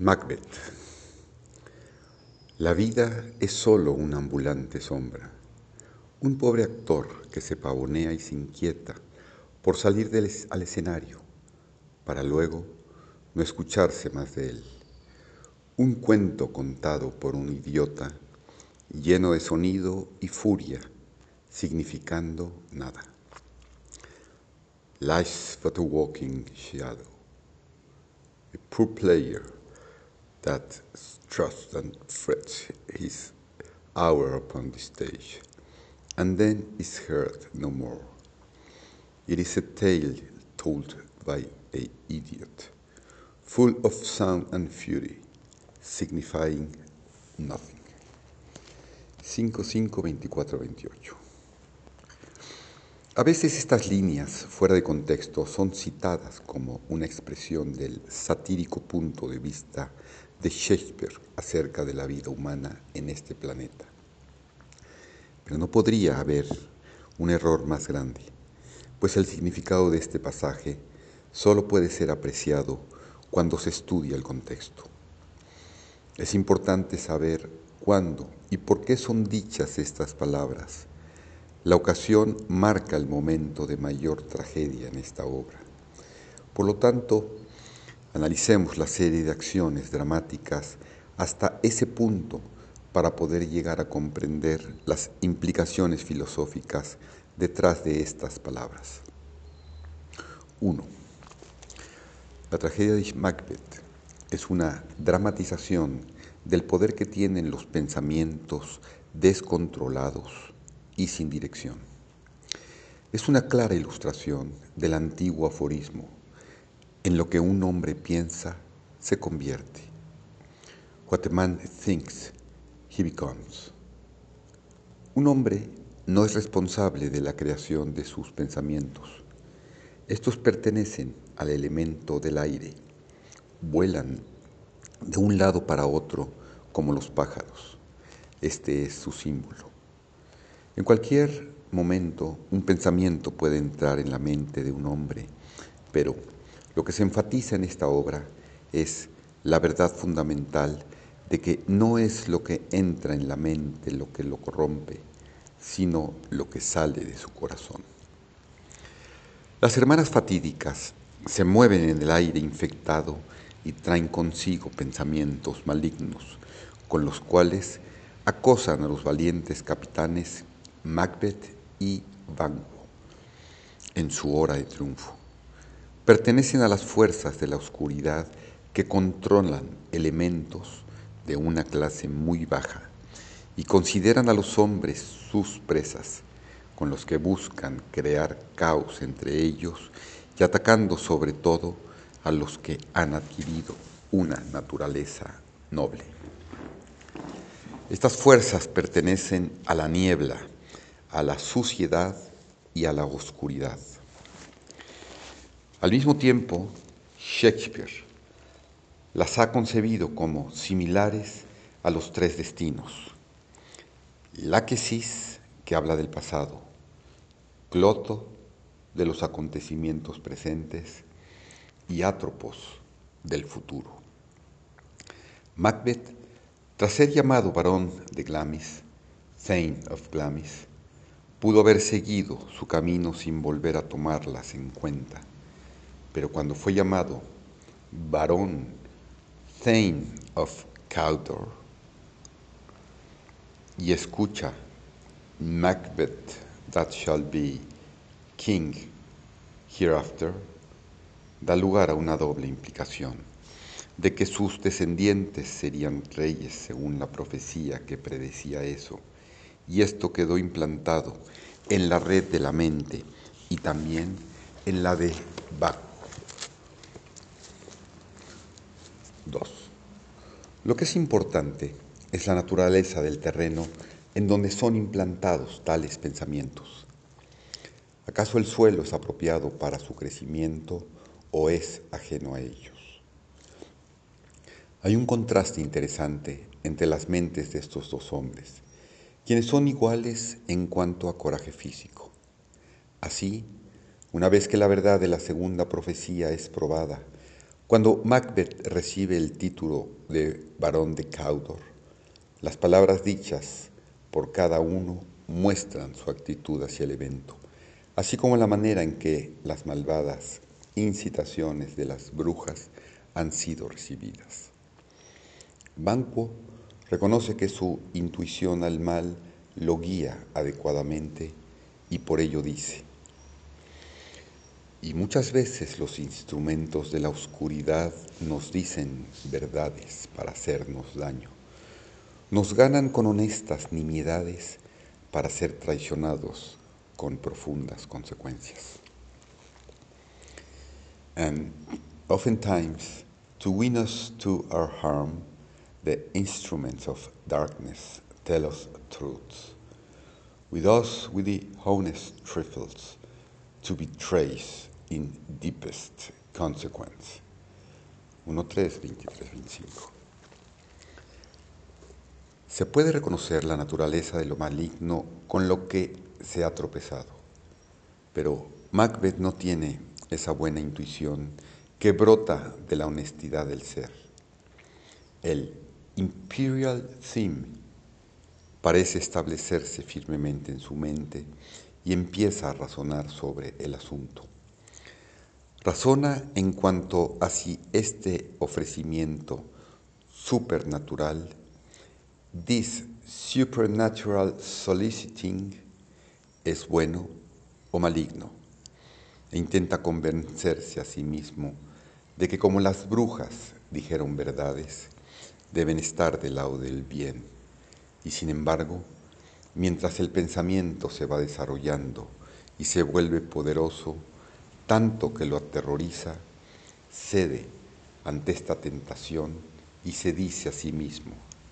Macbeth. La vida es solo una ambulante sombra, un pobre actor que se pavonea y se inquieta por salir al escenario, para luego no escucharse más de él. Un cuento contado por un idiota, lleno de sonido y furia, significando nada. Life's but a walking shadow, a poor player that struts and frets his hour upon the stage, and then is heard no more. It is a tale told by an idiot, full of sound and fury, signifying nothing. 5-5-24-28. A veces estas líneas, fuera de contexto, son citadas como una expresión del satírico punto de vista de Shakespeare acerca de la vida humana en este planeta. Pero no podría haber un error más grande, pues el significado de este pasaje solo puede ser apreciado cuando se estudia el contexto. Es importante saber cuándo y por qué son dichas estas palabras. La ocasión marca el momento de mayor tragedia en esta obra. Por lo tanto, analicemos la serie de acciones dramáticas hasta ese punto para poder llegar a comprender las implicaciones filosóficas detrás de estas palabras. 1. La tragedia de Macbeth es una dramatización del poder que tienen los pensamientos descontrolados y sin dirección. Es una clara ilustración del antiguo aforismo: en lo que un hombre piensa, se convierte. What a man thinks, he becomes. Un hombre no es responsable de la creación de sus pensamientos. Estos pertenecen al elemento del aire. Vuelan de un lado para otro como los pájaros. Este es su símbolo. En cualquier momento, un pensamiento puede entrar en la mente de un hombre, pero lo que se enfatiza en esta obra es la verdad fundamental de que no es lo que entra en la mente lo que lo corrompe, sino lo que sale de su corazón. Las hermanas fatídicas se mueven en el aire infectado y traen consigo pensamientos malignos, con los cuales acosan a los valientes capitanes Macbeth y Banquo en su hora de triunfo. Pertenecen a las fuerzas de la oscuridad que controlan elementos de una clase muy baja y consideran a los hombres sus presas, con los que buscan crear caos entre ellos y atacando sobre todo a los que han adquirido una naturaleza noble. Estas fuerzas pertenecen a la niebla, a la suciedad y a la oscuridad. Al mismo tiempo, Shakespeare las ha concebido como similares a los tres destinos: Láquesis, que habla del pasado; Cloto, de los acontecimientos presentes; y Atropos, del futuro. Macbeth, tras ser llamado barón de Glamis, Thane of Glamis, pudo haber seguido su camino sin volver a tomarlas en cuenta, pero cuando fue llamado barón Thane of Cawdor y escucha Macbeth that shall be king hereafter, da lugar a una doble implicación de que sus descendientes serían reyes según la profecía que predecía eso, y esto quedó implantado en la red de la mente y también en la de Banquo. 2. Lo que es importante es la naturaleza del terreno en donde son implantados tales pensamientos. ¿Acaso el suelo es apropiado para su crecimiento o es ajeno a ellos? Hay un contraste interesante entre las mentes de estos dos hombres, quienes son iguales en cuanto a coraje físico. Así, una vez que la verdad de la segunda profecía es probada, Cuando Macbeth recibe el título de barón de Cawdor, las palabras dichas por cada uno muestran su actitud hacia el evento, así como la manera en que las malvadas incitaciones de las brujas han sido recibidas. Banquo reconoce que su intuición al mal lo guía adecuadamente y por ello dice: y muchas veces los instrumentos de la oscuridad nos dicen verdades para hacernos daño. Nos ganan con honestas nimiedades para ser traicionados con profundas consecuencias. And oftentimes, to win us to our harm, the instruments of darkness tell us truths. With us, with the honest trifles, to betray in deepest consequence. 1.3, 23, 25. Se puede reconocer la naturaleza de lo maligno con lo que se ha tropezado, pero Macbeth no tiene esa buena intuición que brota de la honestidad del ser. El Imperial Theme parece establecerse firmemente en su mente y empieza a razonar sobre el asunto. Razona en cuanto a si este ofrecimiento supernatural, this supernatural soliciting, es bueno o maligno, e intenta convencerse a sí mismo de que como las brujas dijeron verdades, deben estar del lado del bien. Y sin embargo, mientras el pensamiento se va desarrollando y se vuelve poderoso, tanto que lo aterroriza, cede ante esta tentación y se dice a sí mismo: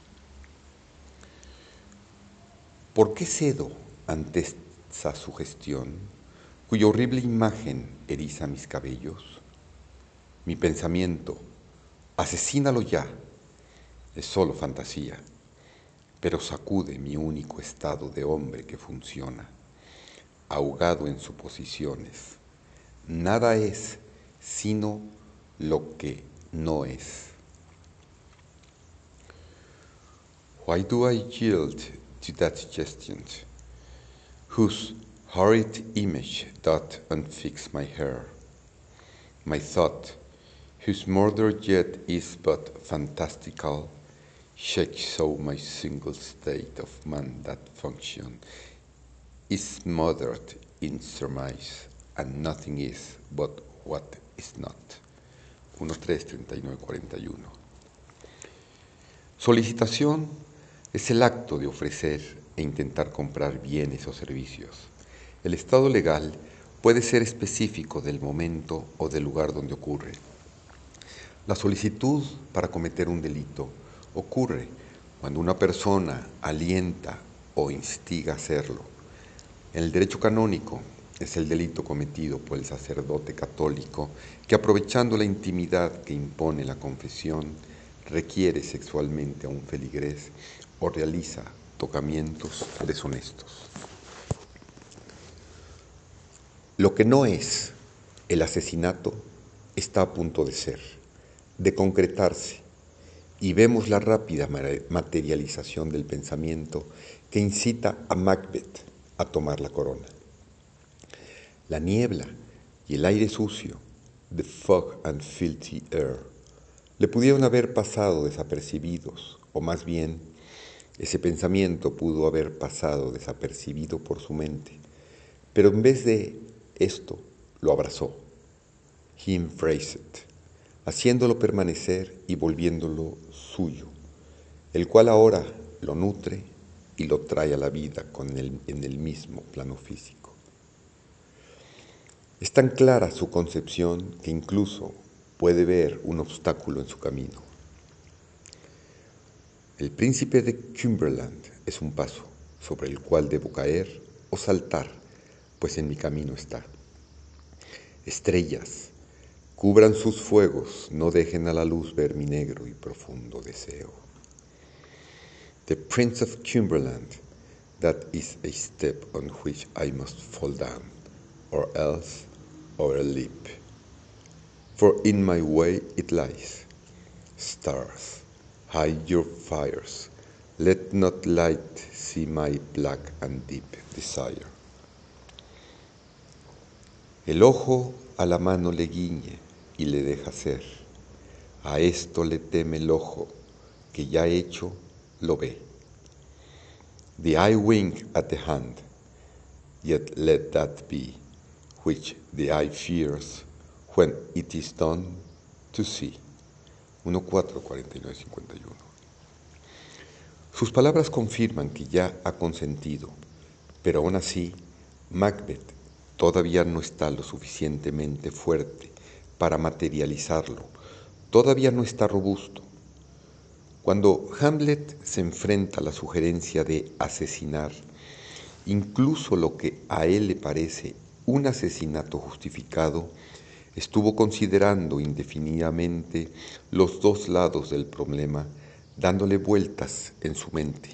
¿por qué cedo ante esa sugestión cuya horrible imagen eriza mis cabellos? Mi pensamiento, asesínalo ya, es solo fantasía, pero sacude mi único estado de hombre que funciona, ahogado en suposiciones. Nada es sino lo que no es. Why do I yield to that suggestion, whose horrid image doth unfix my hair? My thought, whose murder yet is but fantastical, shakes so my single state of man that function is smothered in surmise, and nothing is but what is not. 1.3.39.41. Solicitación es el acto de ofrecer e intentar comprar bienes o servicios. El estado legal puede ser específico del momento o del lugar donde ocurre. La solicitud para cometer un delito ocurre cuando una persona alienta o instiga a hacerlo. En el derecho canónico es el delito cometido por el sacerdote católico que, aprovechando la intimidad que impone la confesión, requiere sexualmente a un feligrés o realiza tocamientos deshonestos. Lo que no es el asesinato está a punto de ser, de concretarse, y vemos la rápida materialización del pensamiento que incita a Macbeth a tomar la corona. La niebla y el aire sucio, the fog and filthy air, le pudieron haber pasado desapercibidos, o más bien, ese pensamiento pudo haber pasado desapercibido por su mente, pero en vez de esto, lo abrazó. He embraced it, haciéndolo permanecer y volviéndolo suyo, el cual ahora lo nutre y lo trae a la vida en el mismo plano físico. Es tan clara su concepción que incluso puede ver un obstáculo en su camino. El príncipe de Cumberland es un paso sobre el cual debo caer o saltar, pues en mi camino está. Estrellas, cubran sus fuegos, no dejen a la luz ver mi negro y profundo deseo. The Prince of Cumberland, that is a step on which I must fall down, or else over a leap. For in my way it lies. Stars, hide your fires. Let not light see my black and deep desire. El ojo a la mano le guiñe y le deja ser. A esto le teme el ojo, que ya hecho lo ve. The eye wink at the hand, yet let that be, which the eye fears when it is done to see. 1-4-49-51. Sus palabras confirman que ya ha consentido, pero aún así, Macbeth todavía no está lo suficientemente fuerte para materializarlo, todavía no está robusto. Cuando Hamlet se enfrenta a la sugerencia de asesinar, incluso lo que a él le parece un asesinato justificado, estuvo considerando indefinidamente los dos lados del problema, dándole vueltas en su mente.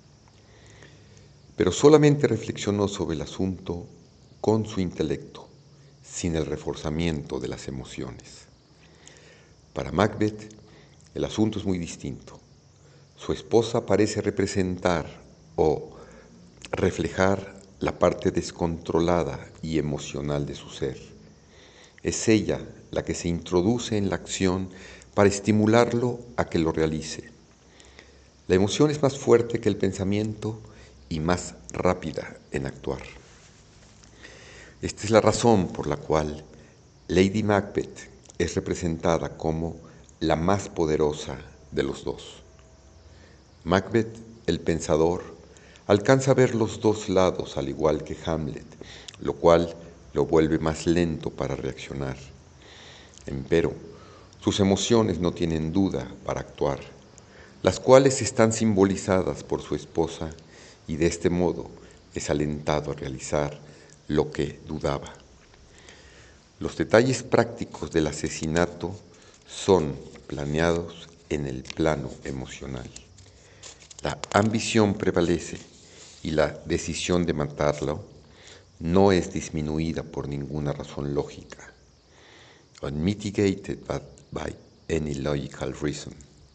Pero solamente reflexionó sobre el asunto con su intelecto, sin el reforzamiento de las emociones. Para Macbeth, el asunto es muy distinto. Su esposa parece representar o reflejar la parte descontrolada y emocional de su ser. Es ella la que se introduce en la acción para estimularlo a que lo realice. La emoción es más fuerte que el pensamiento y más rápida en actuar. Esta es la razón por la cual Lady Macbeth es representada como la más poderosa de los dos. Macbeth, el pensador, alcanza a ver los dos lados al igual que Hamlet, lo cual lo vuelve más lento para reaccionar. Empero, sus emociones no tienen duda para actuar, las cuales están simbolizadas por su esposa, y de este modo es alentado a realizar lo que dudaba. Los detalles prácticos del asesinato son planeados en el plano emocional. La ambición prevalece y la decisión de matarlo no es disminuida por ninguna razón lógica, unmitigated by any logical reason.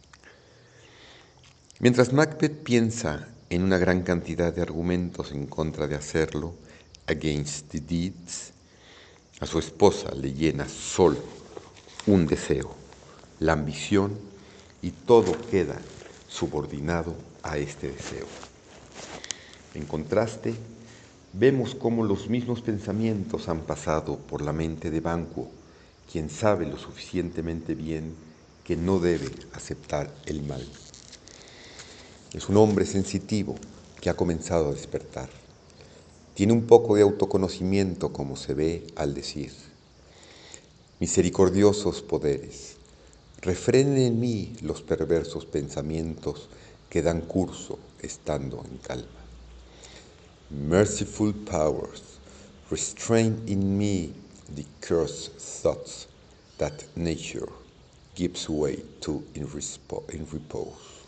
Mientras Macbeth piensa en una gran cantidad de argumentos en contra de hacerlo, against the deeds, a su esposa le llena solo un deseo, la ambición, y todo queda subordinado a este deseo. En contraste, vemos cómo los mismos pensamientos han pasado por la mente de Banquo, quien sabe lo suficientemente bien que no debe aceptar el mal. Es un hombre sensitivo que ha comenzado a despertar. Tiene un poco de autoconocimiento, como se ve al decir: misericordiosos poderes, refrenen en mí los perversos pensamientos que dan curso estando en calma. Merciful powers, restrain in me the cursed thoughts that nature gives way to in repose.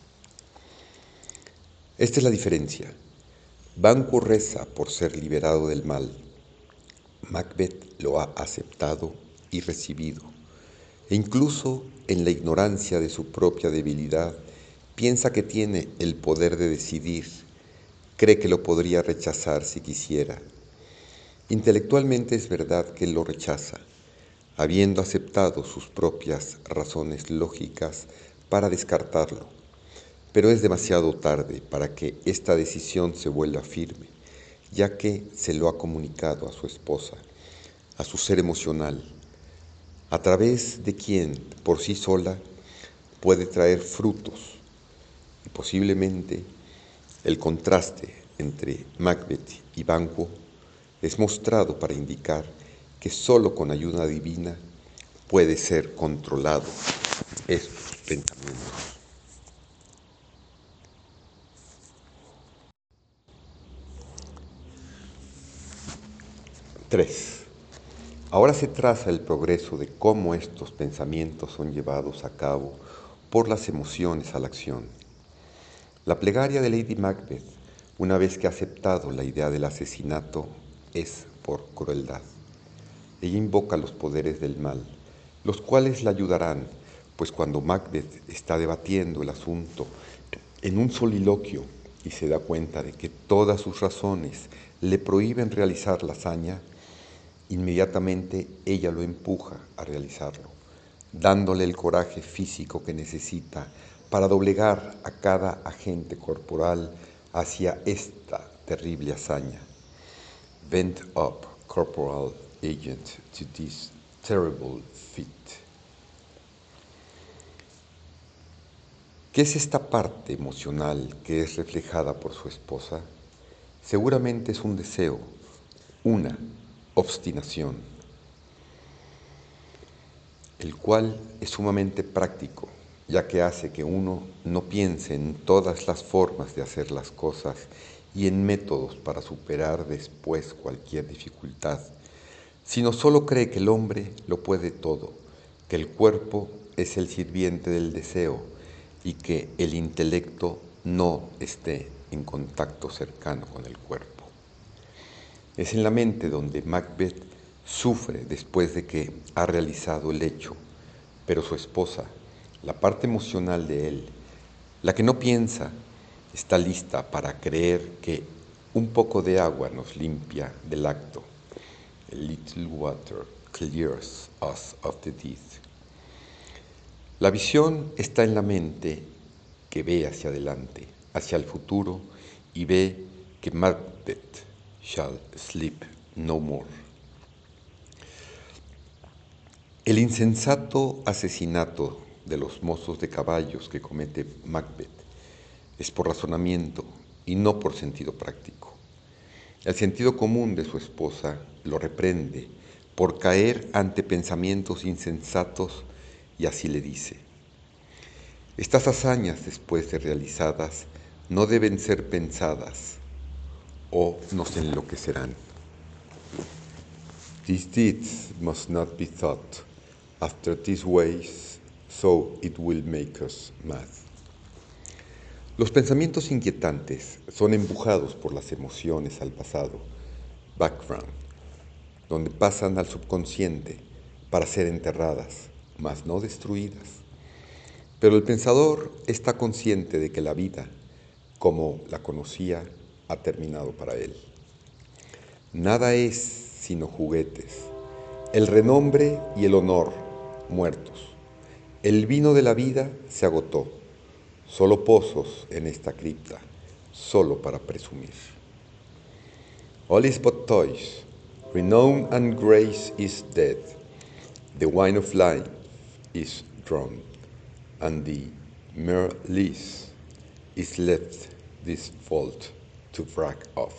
Esta es la diferencia. Banquo reza por ser liberado del mal. Macbeth lo ha aceptado y recibido, e incluso en la ignorancia de su propia debilidad, piensa que tiene el poder de decidir, cree que lo podría rechazar si quisiera. Intelectualmente es verdad que lo rechaza, habiendo aceptado sus propias razones lógicas para descartarlo, pero es demasiado tarde para que esta decisión se vuelva firme, ya que se lo ha comunicado a su esposa, a su ser emocional, a través de quien, por sí sola, puede traer frutos, y posiblemente el contraste entre Macbeth y Banquo es mostrado para indicar que sólo con ayuda divina puede ser controlado estos pensamientos. 3. Ahora se traza el progreso de cómo estos pensamientos son llevados a cabo por las emociones a la acción. La plegaria de Lady Macbeth, una vez que ha aceptado la idea del asesinato, es por crueldad. Ella invoca los poderes del mal, los cuales la ayudarán, pues cuando Macbeth está debatiendo el asunto en un soliloquio y se da cuenta de que todas sus razones le prohíben realizar la hazaña, inmediatamente ella lo empuja a realizarlo, dándole el coraje físico que necesita para doblegar a cada agente corporal hacia esta terrible hazaña. Bend up, corporal agent, to this terrible feat. ¿Qué es esta parte emocional que es reflejada por su esposa? Seguramente es un deseo, una obstinación, el cual es sumamente práctico, ya que hace que uno no piense en todas las formas de hacer las cosas y en métodos para superar después cualquier dificultad, sino solo cree que el hombre lo puede todo, que el cuerpo es el sirviente del deseo y que el intelecto no esté en contacto cercano con el cuerpo. Es en la mente donde Macbeth sufre después de que ha realizado el hecho, pero su esposa, la parte emocional de él, la que no piensa, está lista para creer que un poco de agua nos limpia del acto. A little water clears us of the deed. La visión está en la mente que ve hacia adelante, hacia el futuro, y ve que Macbeth shall sleep no more. El insensato asesinato de los mozos de caballos que comete Macbeth es por razonamiento y no por sentido práctico. El sentido común de su esposa lo reprende por caer ante pensamientos insensatos y así le dice: estas hazañas después de realizadas no deben ser pensadas o nos enloquecerán. These deeds must not be thought after these ways, so it will make us mad. Los pensamientos inquietantes son empujados por las emociones al pasado, background, donde pasan al subconsciente para ser enterradas, mas no destruidas. Pero el pensador está consciente de que la vida, como la conocía, ha terminado para él. Nada es sino juguetes, el renombre y el honor muertos. El vino de la vida se agotó, solo pozos en esta cripta, solo para presumir. All is but toys, renown and grace is dead, the wine of life is drawn, and the mere lees is left this fault to brag of.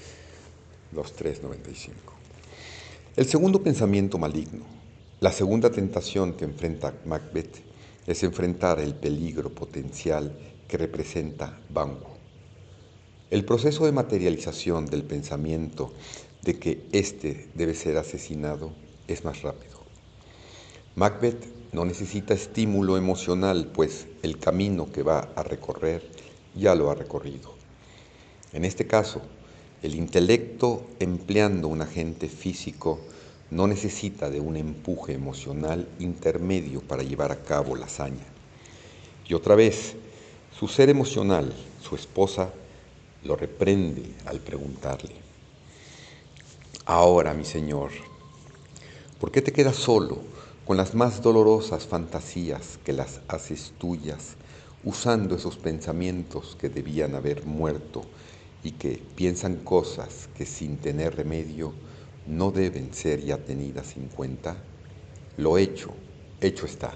2.395. El segundo pensamiento maligno, la segunda tentación que enfrenta Macbeth, es enfrentar el peligro potencial que representa Banquo. El proceso de materialización del pensamiento de que éste debe ser asesinado es más rápido. Macbeth no necesita estímulo emocional, pues el camino que va a recorrer ya lo ha recorrido. En este caso, el intelecto, empleando un agente físico, no necesita de un empuje emocional intermedio para llevar a cabo la hazaña. Y otra vez, su ser emocional, su esposa, lo reprende al preguntarle: ahora, mi señor, ¿por qué te quedas solo con las más dolorosas fantasías que las haces tuyas, usando esos pensamientos que debían haber muerto y que piensan cosas que sin tener remedio no deben ser ya tenidas en cuenta? Lo hecho, hecho está.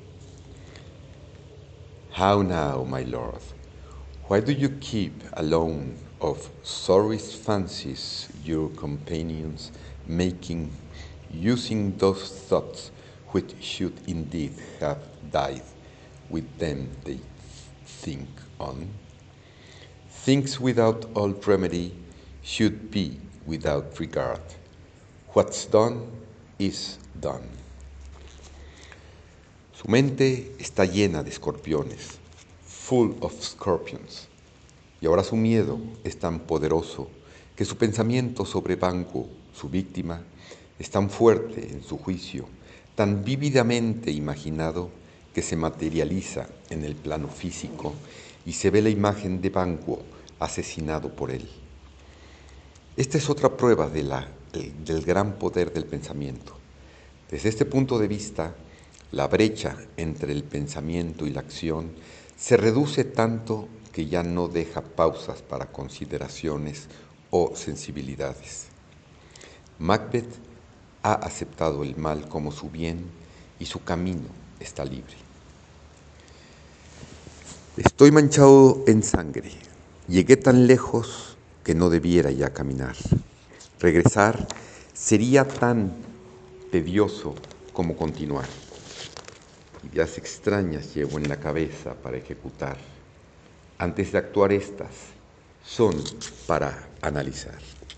How now, my lord? Why do you keep alone of sorry fancies your companions making, using those thoughts which should indeed have died with them they think on? Things without all remedy should be without regard. What's done is done. Su mente está llena de escorpiones, full of scorpions, y ahora su miedo es tan poderoso que su pensamiento sobre Banquo, su víctima, es tan fuerte en su juicio tan vívidamente imaginado que se materializa en el plano físico y se ve la imagen de Banquo asesinado por él. Esta es otra prueba del gran poder del pensamiento. Desde este punto de vista, la brecha entre el pensamiento y la acción se reduce tanto que ya no deja pausas para consideraciones o sensibilidades. Macbeth ha aceptado el mal como su bien y su camino está libre. Estoy manchado en sangre. Llegué tan lejos que no debiera ya caminar. Regresar sería tan tedioso como continuar. Ideas extrañas llevo en la cabeza para ejecutar. Antes de actuar estas, son para analizar.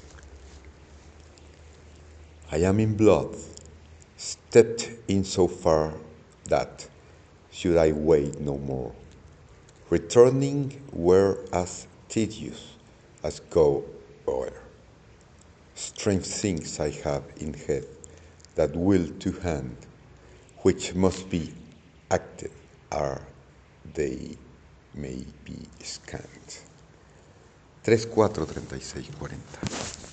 I am in blood, stepped in so far that, should I wait no more, returning were as tedious as go o'er. Strange things I have in head that will to hand, which must be acted ere they may be scanned. 3, 4, 36, 40.